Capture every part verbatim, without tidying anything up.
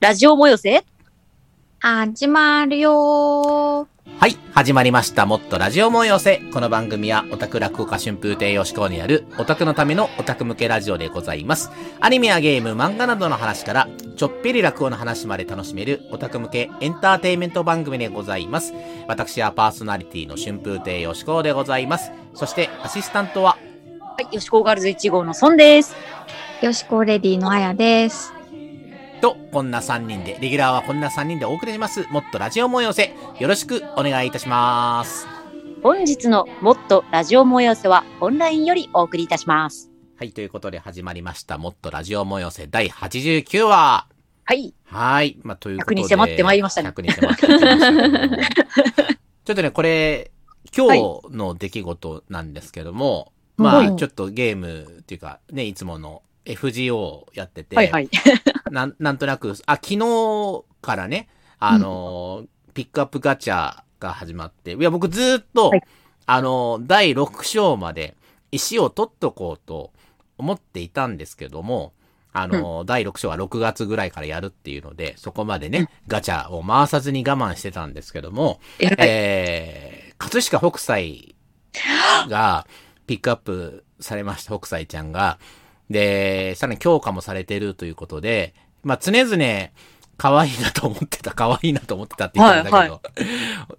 ラジオもよせ始まるよー。 はい、始まりました。もっとラジオもよせ。この番組はオタク落語家春風亭よしこうにあるオタクのためのオタク向けラジオでございます。アニメやゲーム、漫画などの話からちょっぴり落語の話まで楽しめるオタク向けエンターテインメント番組でございます。私はパーソナリティの春風亭よしこうでございます。そしてアシスタントは、 はい、よしこガールズいち号のソンです。 よしこレディのあやです。 と、こんなさんにんで、レギュラーはこんなさんにんでお送りします。もっとラジオもよせ。よろしくお願いいたします。 本日のもっとラジオもよせはオンラインよりお送りいたします。 はい、ということで始まりました。もっとラジオもよせだいはちじゅうきゅうわ。 はい。 はい。まあ、ということで。 ひゃくに迫ってまいりましたね。 ひゃくに迫ってまいりましたけども。ちょっとね、これ、今日の出来事なんですけども、はい、まあ、ちょっとゲームっていうか、ね、いつものエフジーオー やってて、 はいはい。 な, なんとなく、あ、昨日からね、あの、うん、ピックアップガチャが始まって、いや、僕ずっと、はい、あの、だいろく章まで石を取っとこうと思っていたんですけども、あの、うん、だいろく章はろくがつぐらいからやるっていうので、そこまでね、うん、ガチャを回さずに我慢してたんですけども、えー、葛飾北斎がピックアップされました、北斎ちゃんが。で、さらに強化もされてるということで、まあ、常々、可愛いなと思ってた、可愛いなと思ってたって言ったんだけど、はいはい、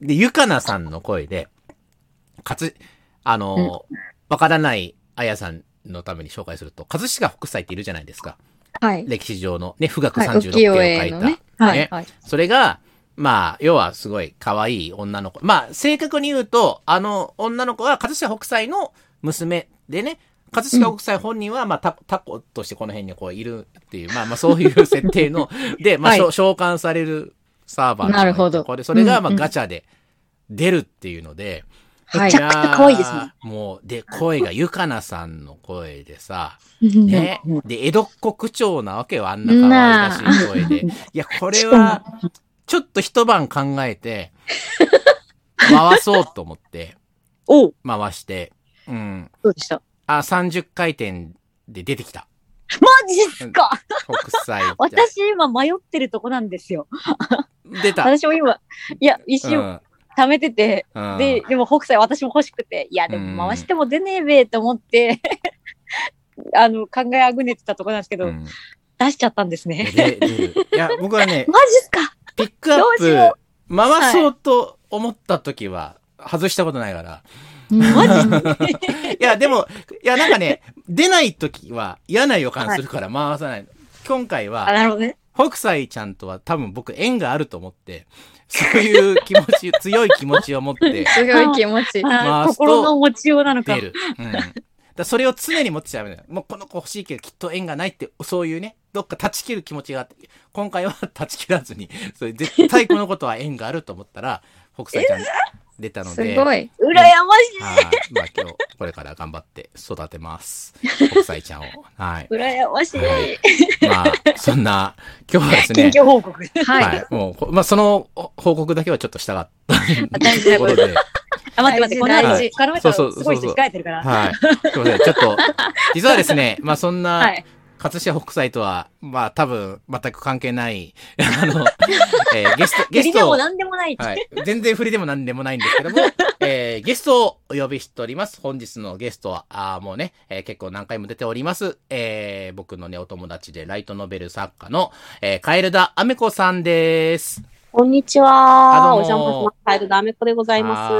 で、ゆかなさんの声で、かつ、あの、わ、うん、からないあやさんのために紹介すると、葛飾北斎っているじゃないですか。はい。歴史上のね、富岳さんじゅうろっけいを書いた。はい、ねはいはい、それが、まあ、要はすごい可愛い女の子。まあ、正確に言うと、あの女の子は葛飾北斎の娘でね、葛飾北斎本人は、まあ、タ、タコとしてこの辺にこういるっていう、まあまあそういう設定の、で、まあ、はい、召喚されるサーバーなるほど。 これ、それが、まあ、ガチャで出るっていうので、 うんうん、めちゃくちゃ可愛いですね。 もう、で、声がゆかなさんの声でさ、ね、で、江戸っ子口調なわけよ、あんな可愛らしい声で。いや、これは、ちょっと一晩考えて、回そうと思って、回して、うん。 どうでしたあ、さんじゅっかいてんで出てきた。 マジっすか北斎。 私今迷ってるとこなんですよ。 出た。 私も今、いや、一瞬貯めてて、うん、で、でも北斎私も欲しくて、いや、でも回しても出ねえべと思って、うん、あの、考えあぐねてたとこなんですけど、うん、出しちゃったんですね。 ででいや、僕はね、 マジっすかピックアップ、回そうと思った時は、外したことないから、 マジいや、でも、いや、なんかね、出ないときは嫌な予感するから回さない。はい、今回は、 なるほどね、 北斎ちゃんとは多分僕縁があると思って、そういう気持ち、強い気持ちを持って、 強い気持ち。 回すと心の持ちようなのか。 出る。うん。だそれを常に持ってちゃうのよ。もうこの子欲しいけどきっと縁がないって、そういうね、どっか断ち切る気持ちがあって、今回は断ち切らずに、それ絶対この子とは縁があると思ったら、北斎ちゃん出たので。 すごい。 羨ましい。 はい。まあ今日、これから頑張って育てます。北斎ちゃんを。はい。 羨ましい。はい、 まあ、そんな、今日はですね。 近況報告。 はい。はい、もう、まあその報告だけはちょっとしたかったところで。 あ、待って待って、この話、絡めたらすごい人控えてるから。 はい。すいません、ちょっと、実はですね、まあそんな、はい、葛飾北斎とは、まあ多分、全く関係ない、あの、えー、ゲスト、ゲスト。振りでも何でもない。 はい。全然振りでも何でもないんですけども、えー、ゲストをお呼びしております。本日のゲストは、あもうね、えー、結構何回も出ております。えー、僕のね、お友達で、ライトノベル作家の、えー、カエルダアメコさんです。 こんにちは。お邪魔します。カエルダアメコでございます。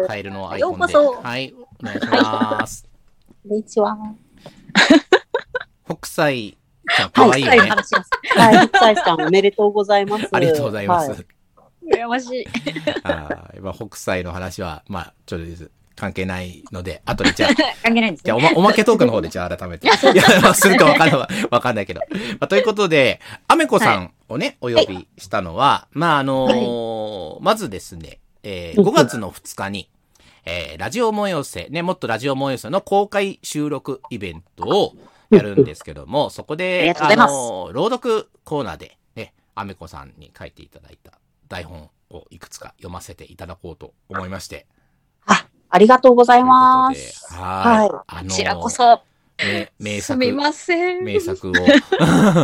カエルのアイコンで。 ようこそ。 はい、お願いします。 こんにちは。 北斎ちゃん、かわいいね。 はい、はい、北斎さん、おめでとうございます。 ありがとうございます。はい、 羨ましい。 あまあ、北斎の話は、まあ、ちょっとです。関係ないので、後でじゃあ、 関係ないんです、ね、 じゃあおま、おまけトークの方でじゃあ改めて。いや、まあ、するかわかんない、わかんないけど。まあ、ということで、アメコさんをね、はい、お呼びしたのは、はい、まあ、あのーはい、まずですね、えー、ごがつのふつかに、えー、ラジオもよせ、ね、もっとラジオもよせの公開収録イベントをやるんですけども、そこで、 あ, あのー、朗読コーナーで、ね、アメコさんに書いていただいた台本をいくつか読ませていただこうと思いまして。 あ、ありがとうございます。 はい。 あのー、こちらこそ。 ね、名作。 すみません。 名作を。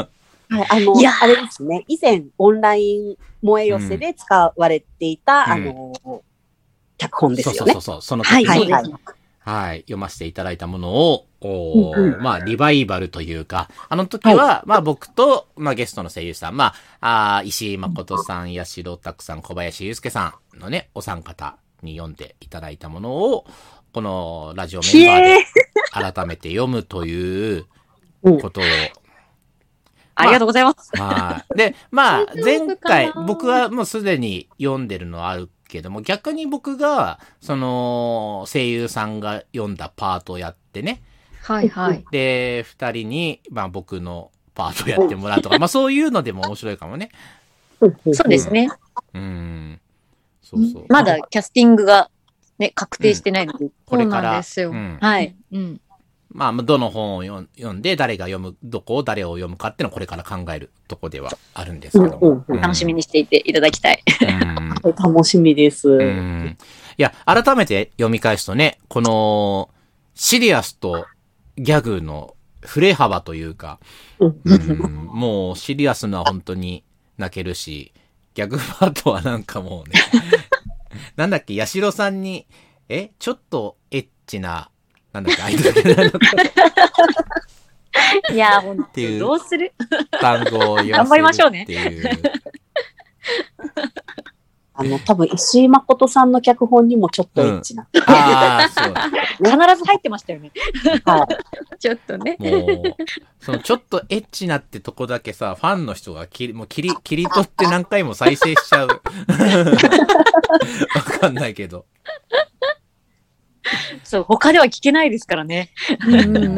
はい、あの、あれですね、以前オンライン萌え寄せで使われていた、うん、あの、脚本ですよね。 そうそうそう、その時に、はいはいはい、読ませていただいたものを、おうんうん、まあ、リバイバルというか、あの時は、はい、まあ僕と、まあゲストの声優さん、まあ、あ石井誠さん、八代拓さん、小林祐介さんのね、お三方に読んでいただいたものを、このラジオメンバーで改めて読むということを、 ありがとうございます。 はい。で、まあ、前回、僕はもうすでに読んでるのはあるけども、逆に僕が、その、声優さんが読んだパートをやってね。 はいはい。 で、二人に、まあ僕のパートをやってもらうとか、まあそういうのでも面白いかもね。 そうですね。 うん。うん、そうそう。 まだキャスティングがね、確定してないので。うん、 これから。 そうなんですよ。 うん、 はい。 うん。 まあ、どの本を読んで、誰が読む、どこを誰を読むかっていうのをこれから考えるとこではあるんですけども。うんうん、楽しみにしていていただきたい。 うん、楽しみです、うん。 いや、改めて読み返すとね、この、シリアスとギャグの振れ幅というか、うん、もうシリアスな本当に泣けるし、ギャグパートはなんかもうね、なんだっけ、八代さんに、え、ちょっとエッチな、なんだっけ、アイドルなのか。 いやー、ほんとにどうする単語を言わせるっていう。 頑張りましょうね。 あの、多分、石井誠さんの脚本にもちょっとエッチな。 うん、ああ、そう。 必ず入ってましたよね。 はい。 ちょっとね。 もう、そのちょっとエッチなってとこだけさ、ファンの人が切り、もう切り、切り取って何回も再生しちゃう。わかんないけど。 そう、他では聞けないですからね。 うんうんうん。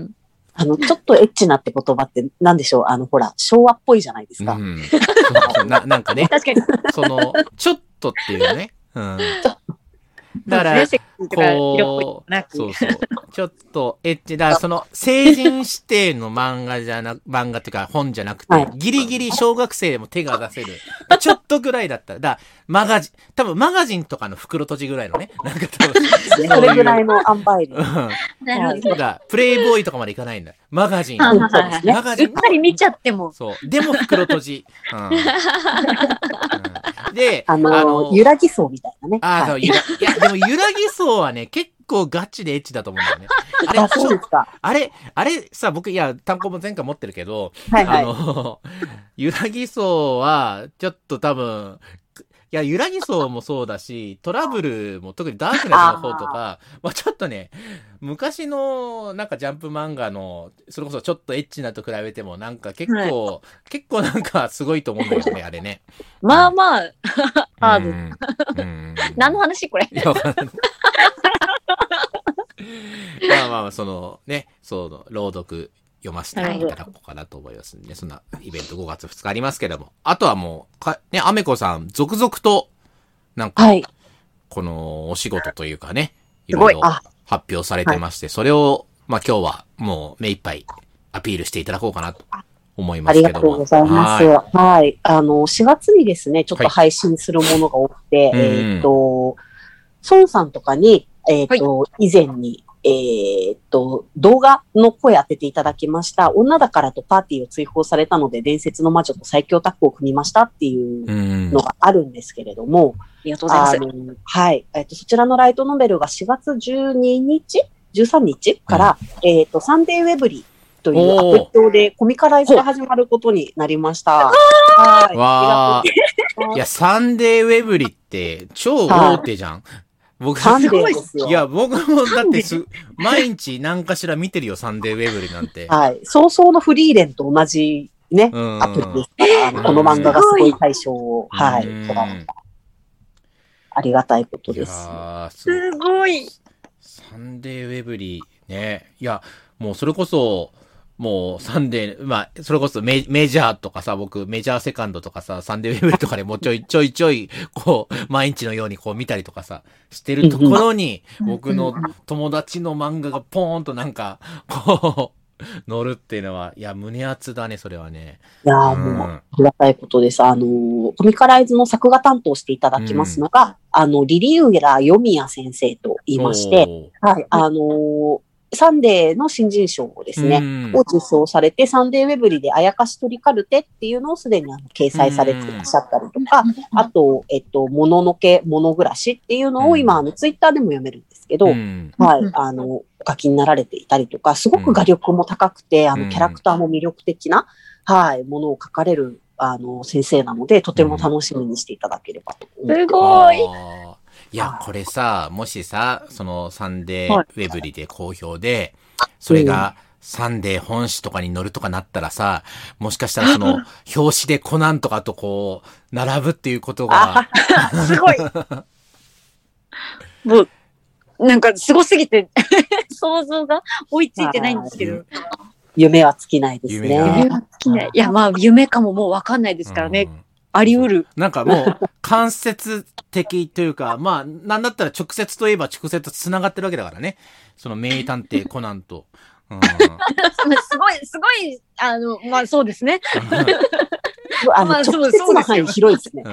あの、ちょっとエッチなって言葉って何でしょう、あの、ほら、昭和っぽいじゃないですか。 うん、な, なんかね。 確かに。 その、ちょっとっていうね。うん。だから、こう、そうそう。ちょっとエッチ、だからその、成人指定の漫画じゃな、漫画っていうか本じゃなくて、はい、ギリギリ小学生でも手が出せる。ちょっとぐらいだったら、だマガジン、多分マガジンとかの袋閉じぐらいのね。なんか多分。 それぐらいの塩梅で。 なるほど。 だプレイボーイとかまでいかないんだ。マガジン。 マガジン。うっかり見ちゃっても。 そう。でも袋閉じ。うんうん、で、 あのー、あのー、揺らぎそうみたいなね。 ああ、そう、揺ら、いや、でも揺らぎそうはね、結構ガチでエッチだと思うんだよね。あれ、 あ、そうですか。 あれ、あれさ、僕、いや、単行本前回持ってるけど、 はいはい、 あの、揺らぎそうは、ちょっと多分、いや、揺らぎそうもそうだし、トラブルも特にダークネスの方とか、あまあ、ちょっとね、昔のなんかジャンプ漫画の、それこそちょっとエッチなと比べてもなんか結構、はい、結構なんかすごいと思うんだよね、あれね。 まあまあ、ハード。うんうん、何の話これ。いや、わかんない。 まあまあ、そのね、そう、朗読読ませていただこうかなと思いますんで、そんなイベントごがつふつかありますけども、あとはもう、かね、アメコさん、続々と、なんか、はい、このお仕事というかね、いろいろ発表されてまして、それを、まあ今日はもう目いっぱいアピールしていただこうかなと思いますけども。 ありがとうございます。はい。はい、あの、しがつにですね、ちょっと配信するものが多くて、はい、えっと、孫さんとかに、えっと、はい、以前に、えっと、動画の声当てていただきました。女だからとパーティーを追放されたので、伝説の魔女と最強タッグを組みましたっていうのがあるんですけれども。 ありがとうございます。 はい。えっと、そちらのライトノベルがしがつじゅうににち ?じゅうさんにちから、うん、えっと、サンデーウェブリというアプリ上でコミカライズが始まることになりました。 はい。わー。いや、サンデーウェブリって超大手じゃん。はい、僕、 サンデーですよ。 いや、僕もだってす、毎日何かしら見てるよ、サンデーウェブリなんて。 はい。早々のフリーレンと同じね、アプリですから、この漫画がすごい対象を、はい。ありがたいことです。 いやすごい。 サンデーウェブリね。いや、もうそれこそ、もうサンデー、まあ、それこそメメジャーとかさ、僕メジャーセカンドとかさ、サンデーウェブリとかでもうちょいちょいちょい、こう、毎日のようにこう見たりとかさ、してるところに、僕の友達の漫画がポーンとなんか、こう、乗るっていうのは、いや、胸熱だね、それはね。 いやー、うん、もう、ありがたいことです。あのー、コミカライズの作画担当していただきますのが、うん、あの、リリウエラ・ヨミヤ先生と言いまして、はい、あのー、 サンデーの新人賞をですね、を受賞されて、サンデーウェブリであやかしトリカルテっていうのをすでにあの掲載されていらっしゃったりとか、あと、えっと、もののけ、もの暮らしっていうのを今、あの、ツイッターでも読めるんですけど、はい、あの、お書きになられていたりとか、すごく画力も高くて、あの、キャラクターも魅力的な、はい、ものを書かれる、あの、先生なので、とても楽しみにしていただければと思います。 すごい。 いや、これさ、もしさ、そのサンデーウェブリで好評で、それがサンデー本誌とかに載るとかなったらさ、もしかしたらその表紙でコナンとかとこう、並ぶっていうことが。 すごい。もう、なんかすごすぎて、想像が追いついてないんですけど。 夢は尽きないですね。 夢は尽きない。いや、まあ、夢かももうわかんないですからね。うんあり得る。 なんかもう、間接的というか、まあ、なんだったら直接といえば直接繋がってるわけだからね。その名探偵コナンと。うん、すごい、すごい、あの、まあそうですね。 あの、まあ、直接の範囲広いですね。うん、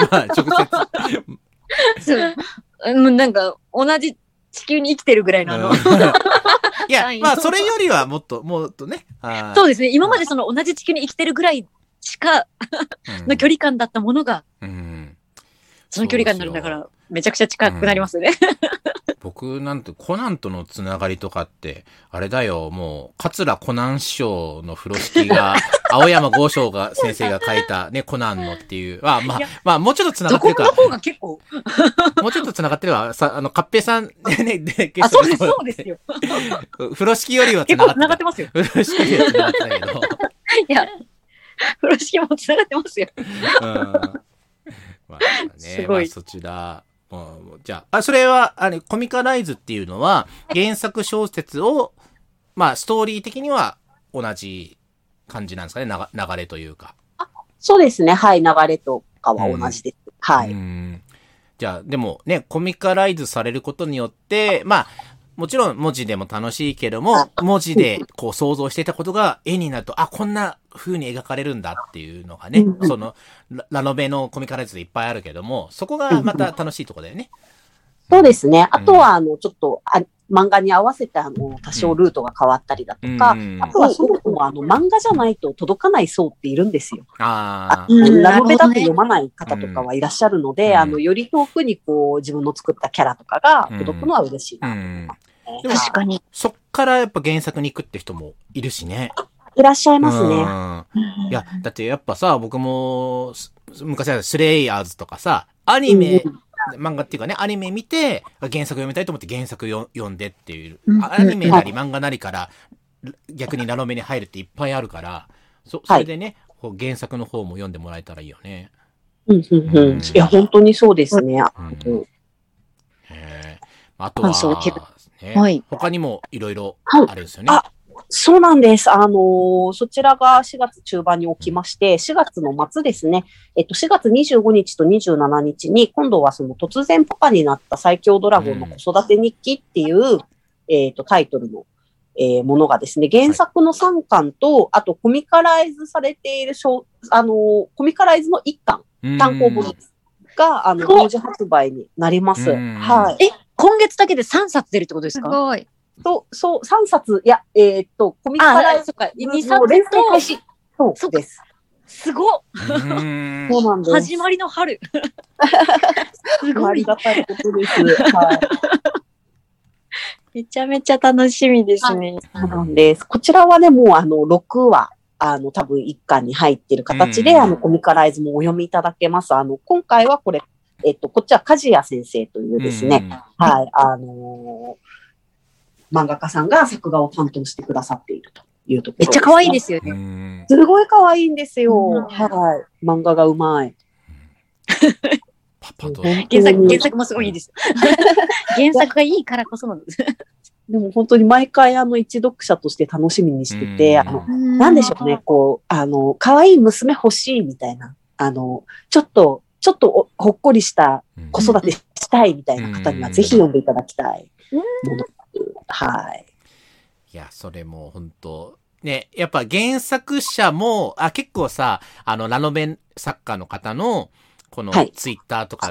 まあ、 直接。そう。なんか、同じ地球に生きてるぐらいのあの。 いや、まあ、それよりはもっと、もっとね。 そうですね。今までその同じ地球に生きてるぐらい、しかの距離感だったものが、うん、その距離感になるんだから、めちゃくちゃ近くなりますね。 うん、僕なんてコナンとのつながりとかって、あれだよ、もう、桂コナン師匠の風呂敷が、青山剛昌が先生が書いたね、コナンのっていう、まあまあ、まあもうちょっとつながってるか。 どこの方が結構。 もうちょっとつながってるわ。さ、あの、カッペさんね、 で、あ、そうです、そうですよ。 風呂敷よりはつながってる。 結構つながってますよ。 風呂敷よりはつながってないけど。 いや。風呂敷もつながってますよ。うん。 まあね、すごい。まあ、そちら、じゃあ、あ、それは、あれ、コミカライズっていうのは、原作小説を、まあ、ストーリー的には同じ感じなんですかね、な流れというか。 あ、そうですね。はい、流れとかは同じです。うん、はい。 うんじゃあ、でもね、コミカライズされることによって、まあ、もちろん文字でも楽しいけども、文字でこう想像していたことが絵になると、あ、こんな風に描かれるんだっていうのがね、うんうん、その、ラノベのコミカライズでいっぱいあるけども、そこがまた楽しいところだよね。 そうですね。あとは、あの、ちょっと、あ漫画に合わせて、あの、多少ルートが変わったりだとか、うん、あとはそもそも、あの、漫画じゃないと届かない層っているんですよ。ああ。ラノベだと読まない方とかはいらっしゃるので、うん、あの、より遠くにこう、自分の作ったキャラとかが届くのは嬉しいなと思います。 でも確かに。そっからやっぱ原作に行くって人もいるしね。 いらっしゃいますね。 いや、だってやっぱさ、僕も、昔はスレイヤーズとかさ、アニメ、うん漫画っていうかね、アニメ見て、原作読みたいと思って原作よ読んでっていう、うん、アニメなり漫画なりから、逆にラノベに入るっていっぱいあるから、そ、それでね、はい、原作の方も読んでもらえたらいいよね。 うんうんうん。いや、本当にそうですね。うん、 へあとは、ね、はい、他にもいろいろあるんですよね。 あそうなんです。あのー、そちらがしがつ中盤に起きまして、しがつの末ですね。えっと、しがつにじゅうごにちとにじゅうしちにちに、今度はその突然パパになった最強ドラゴンの子育て日記っていう、うん、えっと、タイトルの、えー、ものがですね、原作のさんかんと、はい、あとコミカライズされている、あのー、コミカライズのいっかん、単行本が、あの、同時発売になります。はい。 え、今月だけでさんさつ出るってことですか？ すごい。 そう、そう、さんさつ、いや、えー、っと、コミカライズの連載開始。そうです。 すごっそうなんです。 始まりの春。 すごい。ありがたいことです。はい。 めちゃめちゃ楽しみですね。 そうなんです。こちらはね、もうあの、ろくわ、あの、多分いっかんに入っている形で、あの、コミカライズもお読みいただけます。あの、今回はこれ、えっと、こっちは梶谷先生というですね、はい、あのー、漫画家さんが作画を担当してくださっているというところ、 ね。めっちゃ可愛いですよね。 すごい可愛いんですよ。はい。漫画がうまい。 パパと。 原作、原作もすごいいいです。原作がいいからこそなんです。 でも本当に毎回あの一読者として楽しみにしてて、あの、なんでしょうね、こう、あの、可愛い娘欲しいみたいな、あの、ちょっと、ちょっとほっこりした子育てしたいみたいな方にはぜひ読んでいただきたいもの。はい。 いや、それも本当ね、やっぱ原作者も、あ、結構さ、あの、ラノベ作家の方の、このツイッターとか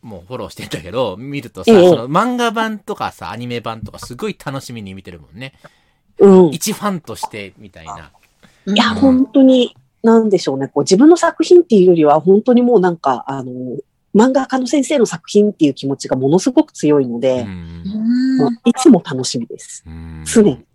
もうフォローしてんだけど、見るとさ、 ええその漫画版とかさ、アニメ版とかすごい楽しみに見てるもんね。 うん。い一ファンとしてみたいな。 や、 うん本当に、なんでしょうね。こう自分の作品っていうよりは、本当にもうなんか、あの、漫画家の先生の作品っていう気持ちがものすごく強いので、 うんもういつも楽しみです。 うん常に。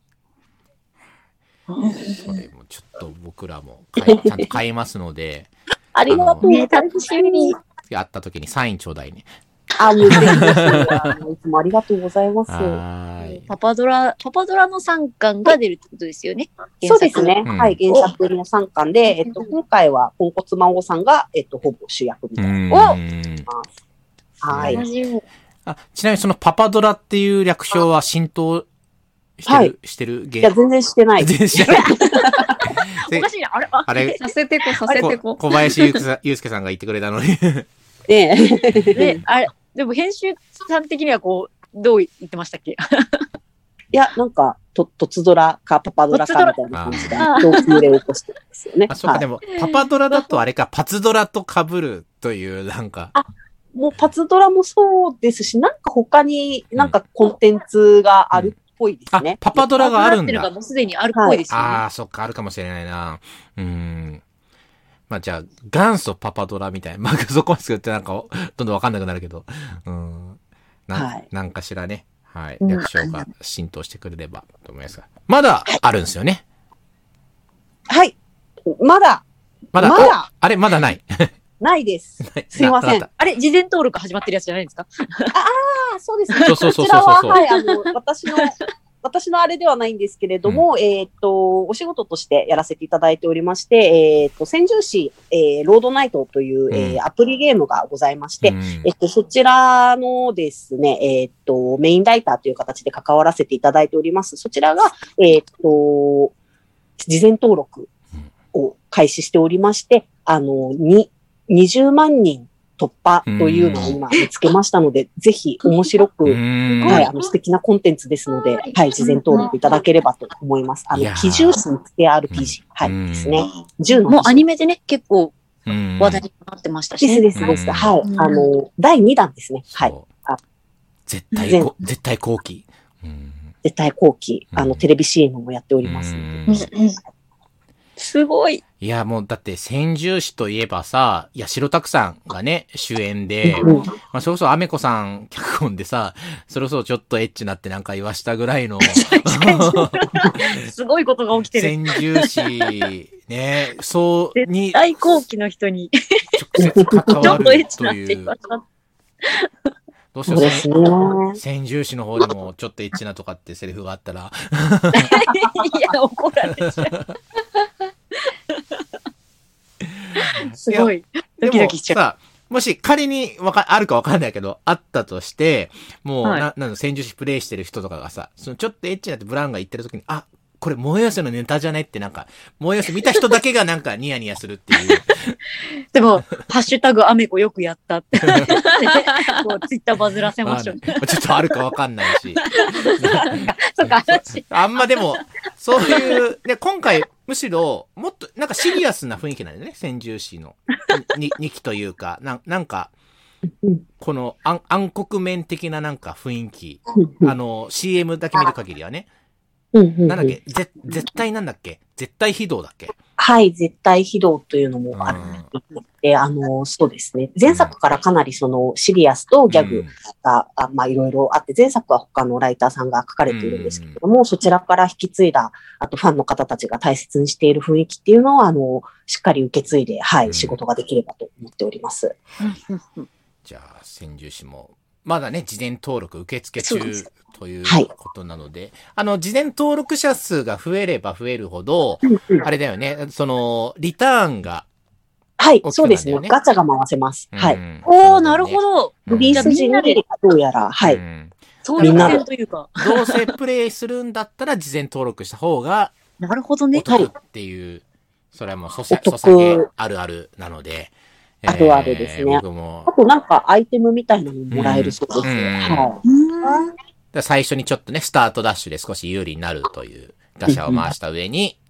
それもちょっと僕らも買いちゃんと買いますので、 ありがとう。 ね楽しみ。 会った時にサインちょうだいね。 あ、もうぜひぜひ、あのいつもありがとうございます。 はーい。 パパドラ、パパドラのさんかんが出るってことですよね。 そうですね。 うんはい。原作のさんかんで、えっと、今回は、ポンコツ魔王さんが、えっと、ほぼ主役みたいな。 うんはい。 楽しみ。 あ、ちなみにそのパパドラっていう略称は浸透してる、 はいしてるいや、全然してない。 全然知らない。 おかしいな、あれ、ああれ、 させてこ、させてこ。 こ小林ゆうさゆうすけさんが言ってくれたのに。 ねで、あれ、でも編集さん的にはこう、どう言ってましたっけ？ いや、なんか、と、とつドラかパパドラかみたいな感じで、 あ同級で起こしてるんですよね。 あ、そうか、 はいでも、パパドラだとあれか、パツドラと被るという、なんか。 もうパズドラもそうですし、なんか他になんかコンテンツがあるっぽいですあね。、 パパドラがあるんだパパドラっていうのが。もうすでにあるっぽいですよね。 ああ、そっか、あるかもしれないな。うーん。まあ、じゃあ、元祖パパドラみたいな。まあ、そこまで作ってなんか、どんどんわかんなくなるけど。うーん。な、 はいなんかしらね。はい。 うん略称が浸透してくれればと思いますが。まだあるんですよね。 はい。まだ、 まだ、 まだあれ、まだない。 ないです。すいません。 なあれ、事前登録始まってるやつじゃないですか？ あ、そうですね。 そうそうそうそうそうこちらは、はい、あの、私の、私のあれではないんですけれども、えっと、お仕事としてやらせていただいておりまして、えっと、千住市、えー、ロードナイトという、えうんーアプリゲームがございまして、 うんえっと、そちらのですね、えっと、メインライターという形で関わらせていただいております。そちらが、えっと、事前登録を開始しておりまして、あの、に、にじゅうまんにん突破というのを今見つけましたので、ぜひ面白く、 うーんはい、あの素敵なコンテンツですので、はい、事前登録いただければと思います。あのいや、ー基準数付け アールピージー、はい、 うんですね。じゅうのもうアニメでね、結構うん話題になってましたしですね。 ですです。 うんはい。 うんあの、だいにだんですね。はい。 そうあ絶対全こ、絶対後期。うん絶対後期、あの、 うんテレビ シーエム もやっておりますのうんうんうんすごい。 いや、もうだって、千住市といえばさ、八代拓さんがね、主演で、 で。うんまあ、それこそアメコさん脚本でさ、それこそちょっとエッチなってなんか言わしたぐらいの、 すごいことが起きてる。 千住市、ね、そうに大好きの人に、 直接関ちょっとエッわるとチなっていう言わ。れた。 どうしよう、 そうです千ね。 千住市の方でもちょっとエッチなとかってセリフがあったら、 いや、怒られちゃう。すごい。ドでもキドキしちゃう。 さ、もし仮にわか、あるかわかんないけど、あったとして、もう、 はいな、なんの、千住市プレイしてる人とかがさ、そのちょっとエッチなってブラウンが言ってる時に、あ、これ燃え寄せのネタじゃねってなんか、燃え寄せ見た人だけがなんかニヤニヤするっていう。 でも、ハッシュタグアメコよくやったって。こう、ツイッターバズらせましょう。 まあねちょっとあるかわかんないし。 そっか、話。 あんまでも、そういう、で、今回、むしろ、もっと、なんかシリアスな雰囲気なんだよね、千住市の。に、にきというか、なんなんか、 うんこの暗暗黒面的ななんか雰囲気。 うんあの、シーエム だけ見る限りはね。 うんうんうんなんだっけぜ絶対なんだっけ絶対非道だっけはい、絶対非道というのもあるうんで、あの、そうですね。前作からかなりそのシリアスとギャグが、あまあいろいろあって、前作は他のライターさんが書かれているんですけれども、そちらから引き継いだ、あとファンの方たちが大切にしている雰囲気っていうのを、あの、しっかり受け継いで、はうんい、仕事ができればと思っております。 じゃあ、千住市も、まだね、事前登録受付中そうですというはいことなので、あの、事前登録者数が増えれば増えるほど、あれだよね、その、リターンが、 はい、 大きくそうですね。 なるんだよねガチャが回せます。はい。 うんおー、なるほ。ど。 リリース時に、どうやら、はい。 うんそういう点というか。 どうせプレイするんだったら事前登録した方がなるほどねお。得っていう、それはもう、そさ、 お得そさげあるあるなので、 あるあるですねえー僕もあ、となんかアイテムみたいなのももらえるそうです。 うんうんはうん。 最初にちょっとね、スタートダッシュで少し有利になるという、ガシャを回した上に、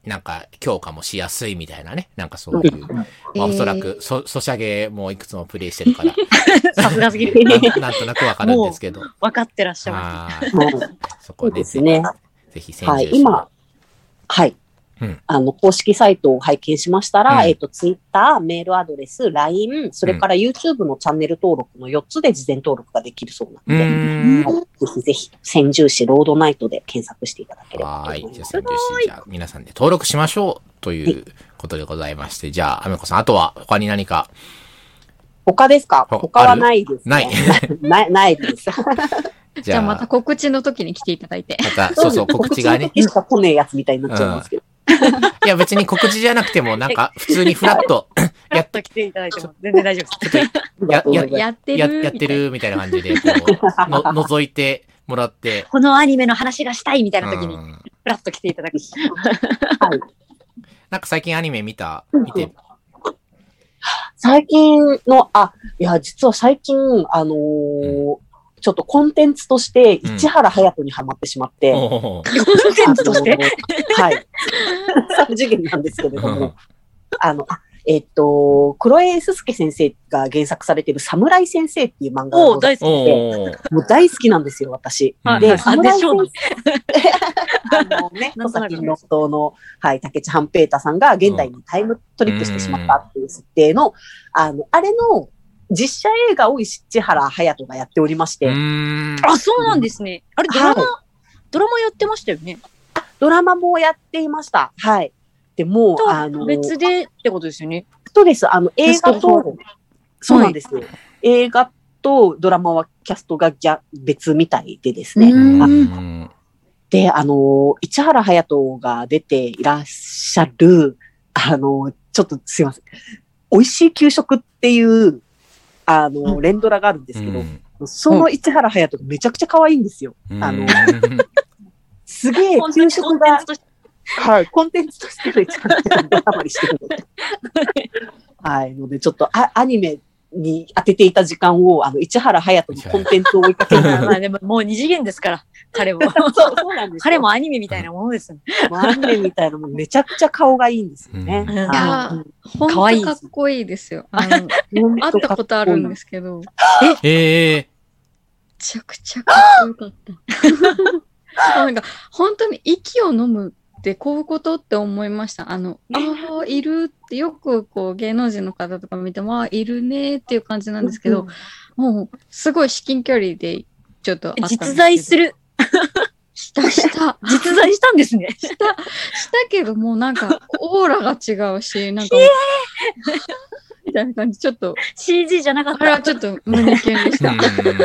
なんか強化もしやすいみたいなね。なんかそういう。まあ、おそらく、そ、ソシャゲもいくつもプレイしてるから。 さすがすぎる。 なんなんとなくわかるんですけど。 分かってらっしゃいます。 はい。 そこでですね。 ぜひ先はい、今、はい。うん、あの、公式サイトを拝見しましたら、うん、えっと、ツイッター、メールアドレス、ライン、それから YouTube のチャンネル登録のよっつで事前登録ができるそうなので、うんはい、ぜひぜひ、千住市ロードナイトで検索していただければと思います。 はい。じゃあ、千住市、じゃあ、皆さんで登録しましょうということでございまして、はい、じゃあ、アメコさん、あとは他に何か。 他ですか？他はないですね。 ない。 ない、ないです。 じゃあまた告知の時に来ていただいて。 また、そうそう、告知がね。 告知の時しか来ねえやつみたいになっちゃいますけど。 いや別に告知じゃなくても、なんか普通にフラッとやっと来ていただいても全然大丈夫です。 や、や、 やってるや、やってるみたいな感じで、こう、の、覗いてもらって。 このアニメの話がしたいみたいな時に、フラッと来ていただく。 はい。 なんか最近アニメ見た、見て。 最近の、あ、いや、実は最近、あのー、うんちょっとコンテンツとして、市原隼人にハマってしまって。うん、 コンテンツとしてはい。さん次元なんですけれども。あの、えっと、黒江すすけ先生が原作されている侍先生っていう漫画が大好きで、もう大好きなんですよ、私。 はい、で、侍先生。 あのね、戸崎の夫の、はい、竹地半平太さんが現代にタイムトリップしてしまったっていう設定の、あの、あれの、実写映画を市原隼人がやっておりまして。 あ、そうなんですね。あれ、ドラマ、はい、ドラマやってましたよね。 ドラマもやっていました。はい。でも、あの、 別でってことですよね。 そうです。あの、映画と、そうなんですよ。はい、映画とドラマはキャストが別みたいでですね。で、あの、市原隼人が出ていらっしゃる、あの、ちょっとすいません。美味しい給食っていう、あの、うん、連ドラがあるんですけど、うん、その市原隼人がめちゃくちゃ可愛いんですよ。うん、あの、すげえ給食が、はい、コンテンツとしての市原隼人がドラマにしてるので。はい、ので、ちょっとあアニメに当てていた時間を、あの、市原隼人のコンテンツを追いかける。 まあでも、もう二次元ですから、彼も。 そう、そうなんです。 彼もアニメみたいなものですね。 アニメみたいなもの、めちゃくちゃ顔がいいんですよね。 いや、ほんとかっこいいですよ。あの、会ったことあるんですけど。 ええー。 めちゃくちゃかっこよかった。なんか、本当に息を飲むってこういうことって思いました。あの、ああ、いるってよくこう芸能人の方とか見ても、ああ、いるねっていう感じなんですけど、うん、もう、すごい至近距離で、ちょっと実在する。 したした。 実在したんですね。 した、したけども、なんか、オーラが違うし、なんか、みたいな感じ、ちょっと。 シージー じゃなかった。 あれはちょっと胸キュンでした。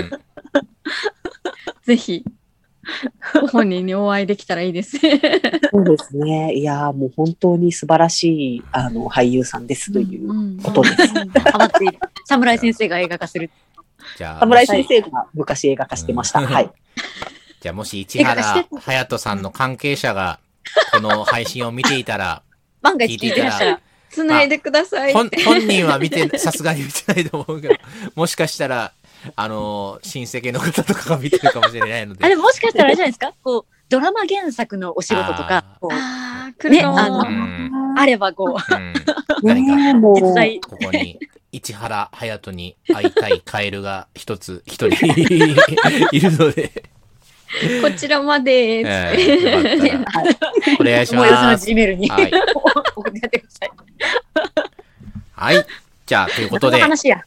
ぜひ、ご本人にお会いできたらいいですね。 そうですね。いやーもう本当に素晴らしい、あの、俳優さんですということです。 ハマっている。侍先生が映画化する。 じゃあ、 侍先生が昔映画化してました。はい。 じゃあもし市原隼人さんの関係者がこの配信を見ていたら、 万が一聞いてらっしゃる。 繋いでください。 本人は見て、さすがに見てないと思うけど、もしかしたら、あの、親戚の方とかが見てるかもしれないので。 あれもしかしたらあれじゃないですかこう、ドラマ原作のお仕事とか、こう、 ああ、来るの、 ね、あの、うん、あればこう、うん、 何か、実際、ここに、市原隼人に会いたいカエルが一つ、一人いるので。 こちらまで、 えー、よかったらお願いします。 もうよその G メールに、はい、送ってやってください。 はい。じゃあ、ということで。 話や。はい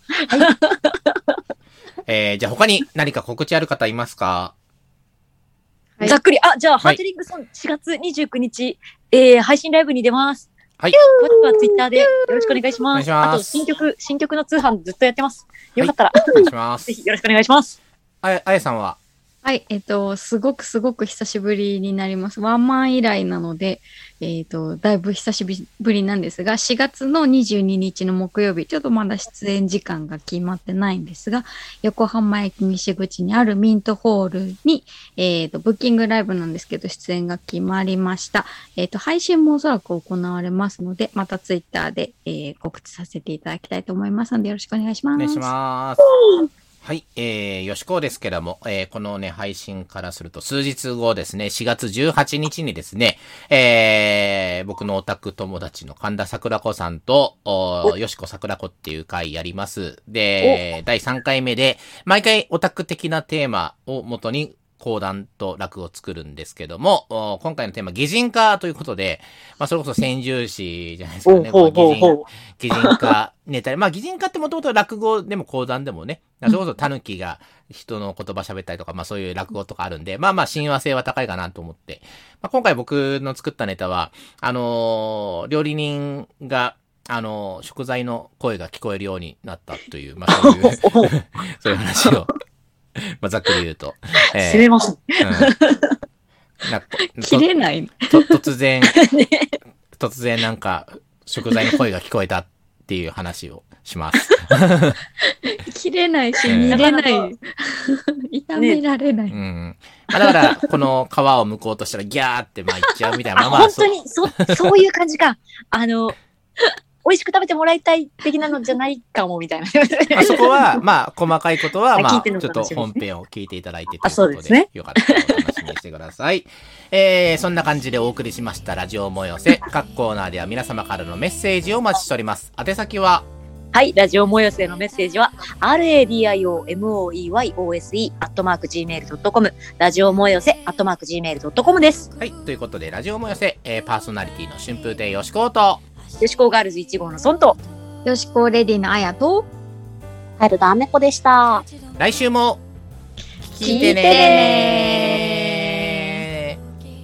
えー、じゃあ他に何か告知ある方いますか？ はい、ざっくり。あ、じゃあ、はい、ハートリングソンしがつにじゅうくにち、えー、配信ライブに出ます。 はい。 詳しくはツイッターでよろしくお願いします。 お願いします。 あと、新曲、新曲の通販ずっとやってます。よかったら。 はい、お願いします。 ぜひよろしくお願いします。 あや、あやさんははい、えっと、すごくすごく久しぶりになります。ワンマン以来なので、えっと、だいぶ久しぶりなんですが、しがつのにじゅうににちの木曜日、ちょっとまだ出演時間が決まってないんですが、横浜駅西口にあるミントホールに、えっと、ブッキングライブなんですけど、出演が決まりました。えっと、配信もおそらく行われますので、またツイッターで、えー、告知させていただきたいと思いますので、よろしくお願いします。 お願いします。 はい、えー、よしこうですけども、えー、このね、配信からすると数日後ですね、しがつじゅうはちにちにですね、えー、僕のオタク友達の神田桜子さんと、よしこ桜子っていう回やります。で、だいさんかいめで、毎回オタク的なテーマを元に、講談と落語を作るんですけども、今回のテーマ、擬人化ということで、まあ、それこそ千住士じゃないですかね。 ほうほうほう擬人化ネタで、まあ、擬人化ってもともと落語でも講談でもね、それこそ狸が人の言葉喋ったりとか、まあそういう落語とかあるんで、まあまあ親和性は高いかなと思って、まあ、今回僕の作ったネタは、あのー、料理人が、あのー、食材の声が聞こえるようになったという、まあそういう、そういう話を。まあ、ざっくり言うと。 えー、攻めます。 うん。なんか切れないと突然、ね、突然なんか、食材の声が聞こえたっていう話をします。 切れないし、煮れない。炒められない。 ね、うん。まあ、だから、この皮を剥こうとしたらギャーってまあ言っちゃうみたいな。まあまあ、 本当に、そ、そういう感じか。あの、美味しく食べてもらいたい的なのじゃないかもみたいな。 まあそこは、まあ、細かいことは、まあ、ちょっと本編を聞いていただいてということで、 ですね、 よかったらお楽しみにしてください。えー、そんな感じでお送りしましたラジオもよせ。各コーナーでは皆様からのメッセージをお待ちしております。宛先は、 はい、ラジオもよせのメッセージは、ラディオモヨセ アットマーク ジーメールドットコム、ラジオもよせ アットマーク ジーメールドットコム です。 はい、ということで、ラジオもよせ、えー、パーソナリティの春風亭よしこうと、 よしこガールズいち号のソンと、 よしこレディのあやと、 ハルダアメコでした。 来週も聞いてねー。ね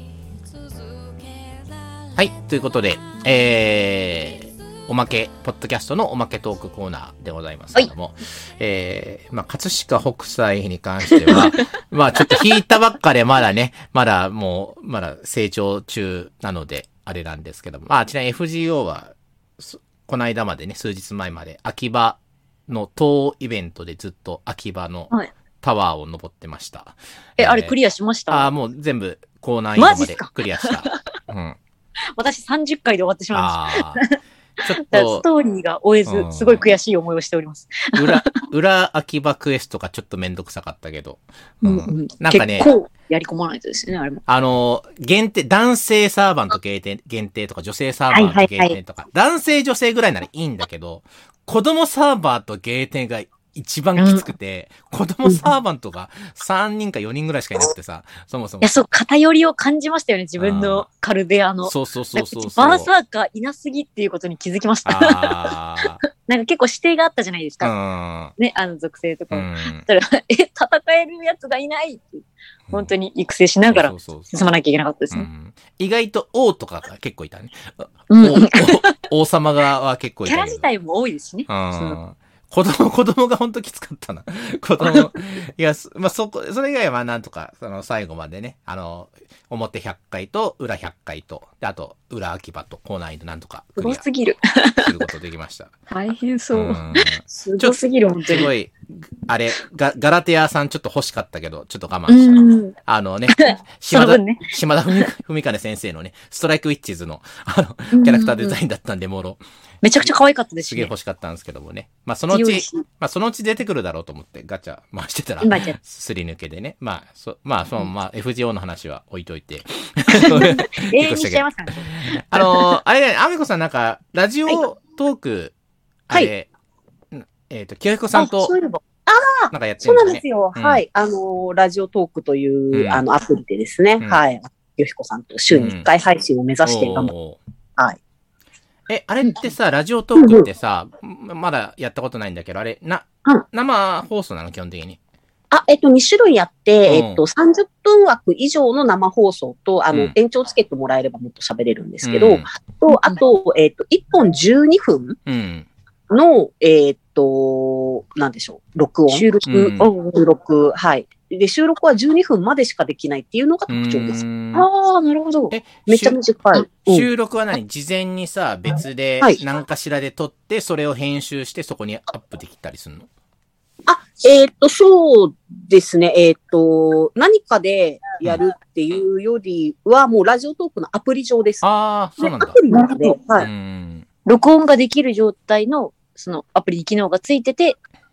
ーはい、ということで、えー、おまけ、ポッドキャストのおまけトークコーナーでございますけども、はい、えー、まあ、葛飾北斎に関しては、まあ、ちょっと引いたばっかでまだね、まだもう、まだ成長中なので、あれなんですけども、まあ、ちなみに エフジーオー は、この間までね、数日前まで、秋葉の当イベントでずっと秋葉のタワーを登ってました。はい、 え、えー、あれクリアしました？ ああ、もう全部、高難易度までクリアした。うん。 私さんじゅっかいで終わってしまいました。 あちょっと。 ストーリーが終えず、すごい悔しい思いをしております。 裏、裏秋葉クエストがちょっとめんどくさかったけど。 うん。うん、なんかね。結構やり込まないとですね、あれも。 あの、限定、男性サーバント限定、限定とか、女性サーバーと限定とか、はいはいはい、男性女性ぐらいならいいんだけど、子供サーバーと限定が一番きつくて、うん、子供サーバントがさんにんかよにんぐらいしかいなくてさ、そもそも。 いや、そう、偏りを感じましたよね、自分のカルデアの。 そうそうそうそうそう。 バーサーカーいなすぎっていうことに気づきました。あなんか結構指定があったじゃないですか。うん、ね、あの属性とか。うん、それえ、戦えるやつがいないって本当に育成しながら進まなきゃいけなかったですね。うん、 意外と王とかが結構いたね。うん、王様がは結構いた。 キャラ自体も多いですしね。 うん子供、子供がほんときつかったな。子供。いや、まあ、そこ、それ以外はなんとか、その最後までね、あの、表ひゃっかいと裏ひゃっかいと、で、あと、裏秋葉と高難易度なんとかクリアすぎる。 することできました。 大変そう。うん、 すごすぎる、本当に。 すごい、あれ、ガガラテアさんちょっと欲しかったけど、ちょっと我慢した。あのね、島田、ね、島田文金先生のね、ストライクウィッチーズの、あの、キャラクターデザインだったんで、もろ。 めちゃくちゃ可愛かったですし、 ね。すげえ欲しかったんですけどもね。まあそのうち、まあそのうち出てくるだろうと思ってガチャ回してたら、すり抜けでね。まあ、そ、まあその、まあ エフジーオー の話は置いといて。 永遠にしちゃいますからね。あのー、あれね、アミコさんなんか、ラジオトーク、はい、あれ、はい、えっ、ー、と、清彦さんと、 ああ、 なんかやってるんですね。 そうなんですよ。うん、はい。あのー、ラジオトークという、うん、あの、アプリでですね。うん、はい。清彦さんと週にいっかい配信を目指して頑張って、うん、はい。 え、あれってさ、ラジオトークってさ、うんうん、まだやったことないんだけど、あれ、な、うん、生放送なの基本的に。 あ、えっと、に種類あって、うん、えっと、さんじゅっぷん枠以上の生放送と、あの、うん、延長チケットもらえればもっと喋れるんですけど、うん、と、あと、えっと、いっぽんじゅうにふんの、うん、えっと、なんでしょう、録音。 収録。 うん、収録、はい。で、収録はじゅうにふんまでしかできないっていうのが特徴です。 ああ、なるほど。 え、めっちゃ短い。 うん、収録は何事前にさ、別で何かしらで撮って、それを編集してそこにアップできたりするの？ あ、えっと、そうですね。えっと、何かでやるっていうよりは、もうラジオトークのアプリ上です。 ああ、そうなんだ。 アプリなので、はい。 録音ができる状態の、そのアプリに機能がついてて、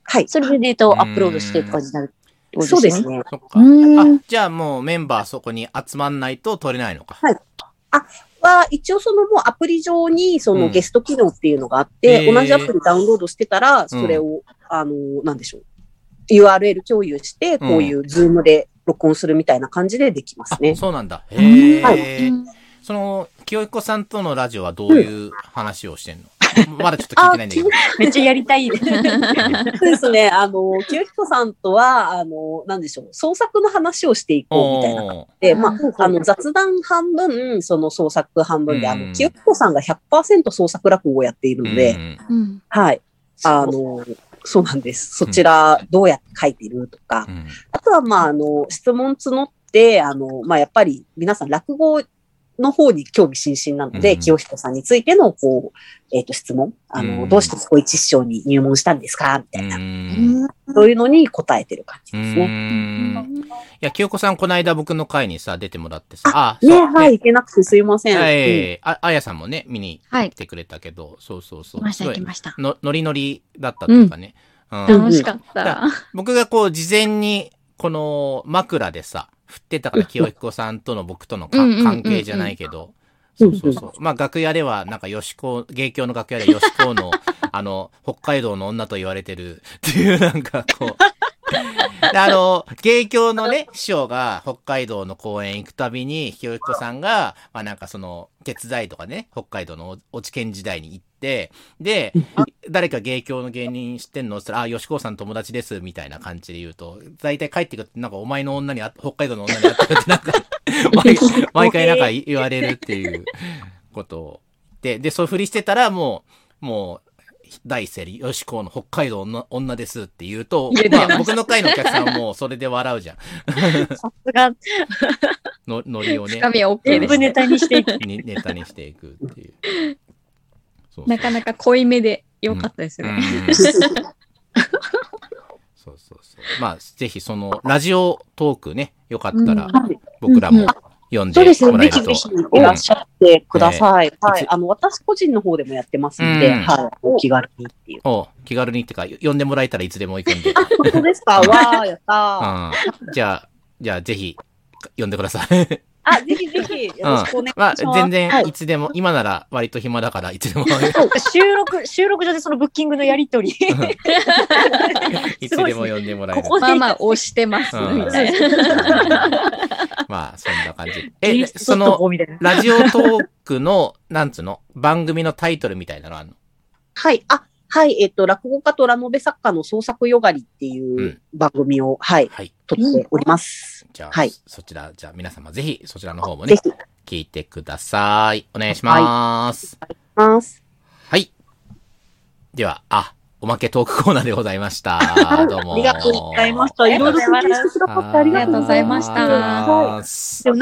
はい。 それでネタをアップロードしてって感じになるってことですね。 そうですね。 そっか。あ、じゃあもうメンバーそこに集まんないと取れないのか。 はい。あ、は、一応そのもうアプリ上にそのゲスト機能っていうのがあって、うん、同じアプリダウンロードしてたら、それを、うん、あの、なんでしょう。ユーアールエル 共有して、こういうズームで録音するみたいな感じでできますね。 うん、そうなんだ。へー。はい。その、清彦さんとのラジオはどういう話をしてんの？うん、まだちょっと聞いてないんだけど。 めっちゃやりたい。そうですね。あの、清彦さんとは、あの、なんでしょう、創作の話をしていこうみたいな感じで、まあ、あの、雑談半分、その創作半分で、あの、清彦さんが ひゃくパーセント 創作落語をやっているので、うん、はい。あの、そうなんです。そちら、どうやって書いてるとか、うん、あとは、まあ、あの、質問募って、あの、まあ、やっぱり皆さん落語の方に興味津々なので、うん、清彦さんについての、こう、えっと、質問。あの、うん、どうして小一師匠に入門したんですかみたいな、うん。そういうのに答えてる感じですね。うん、 いや、清子さん、この間僕の会にさ、出てもらってさ。 あ、あね、そうはい、行けなくてすいません。 はい、うん、あ、あやさんもね、見に来てくれたけど、はい、そうそうそう。 来ました、行きました。 の、ノリノリだったというかね。 うんうん、楽しかった。 僕がこう、事前に、この枕でさ、振ってたから、清彦さんとの僕との関係じゃないけど、そうそうそう。まあ、楽屋では、なんか、吉子、芸協の楽屋で吉子の、あの、北海道の女と言われてるっていう、なんか、こう。あの、芸協のね、師匠が北海道の公演行くたびに、清彦さんが、まあなんかその、手伝いとかね、北海道の落研時代に行って、で、誰か芸協の芸人知ってんのって言ったら、あ、吉子さん友達です、みたいな感じで言うと、大体帰ってくると、なんかお前の女にあ、北海道の女に会ったよってなんか毎、毎回なんか言われるっていうことを言って、で、そういうふりしてたら、もう、もう、第一声で、よしこの北海道の女ですって言うと、まあ僕の会のお客さんはもうそれで笑うじゃん。 さすが。 の、ノリをね。 深みは OK です、ね。 全部ネタにしていく。 ネタにしていくっていう。 そうそうなかなか濃いめで良かったですね。うん、 そうそうそう。まあ、ぜひその、ラジオトークね、よかったら、僕らも、読んでもらえると。 そうですね。ぜひぜひいらっしゃってください。はい。あの、私個人の方でもやってますんで、はい。お気軽にっていう。 お気軽にってか、読んでもらえたらいつでも行くんで。 あ、本当ですか？わー、やったー。じゃあ、じゃあぜひ、読んでください。 あ、ぜひぜひ、よろしくお願いします。 まあ、全然、いつでも、今なら割と暇だから、いつでも。 収録、収録上でそのブッキングのやりとり。 いつでも読んでもらえる。 まあまあ、押してます、みたいな。まあ、そんな感じ。え、その、ラジオトークの、なんつうの、番組のタイトルみたいなのあるの？ はい。あ、はい。えっと、落語家とラノベ作家の創作よがりっていう番組を、はい。はい。撮っております。 じゃあ、はい。そちら、じゃあ皆様ぜひ、そちらの方もね、聞いてください。お願いします。 はい。お願いします。 はい。では、あ、おまけトークコーナーでございました。どうも。 ありがとうございました。いろいろ説明してくださってありがとうございました。 ありがとうございました。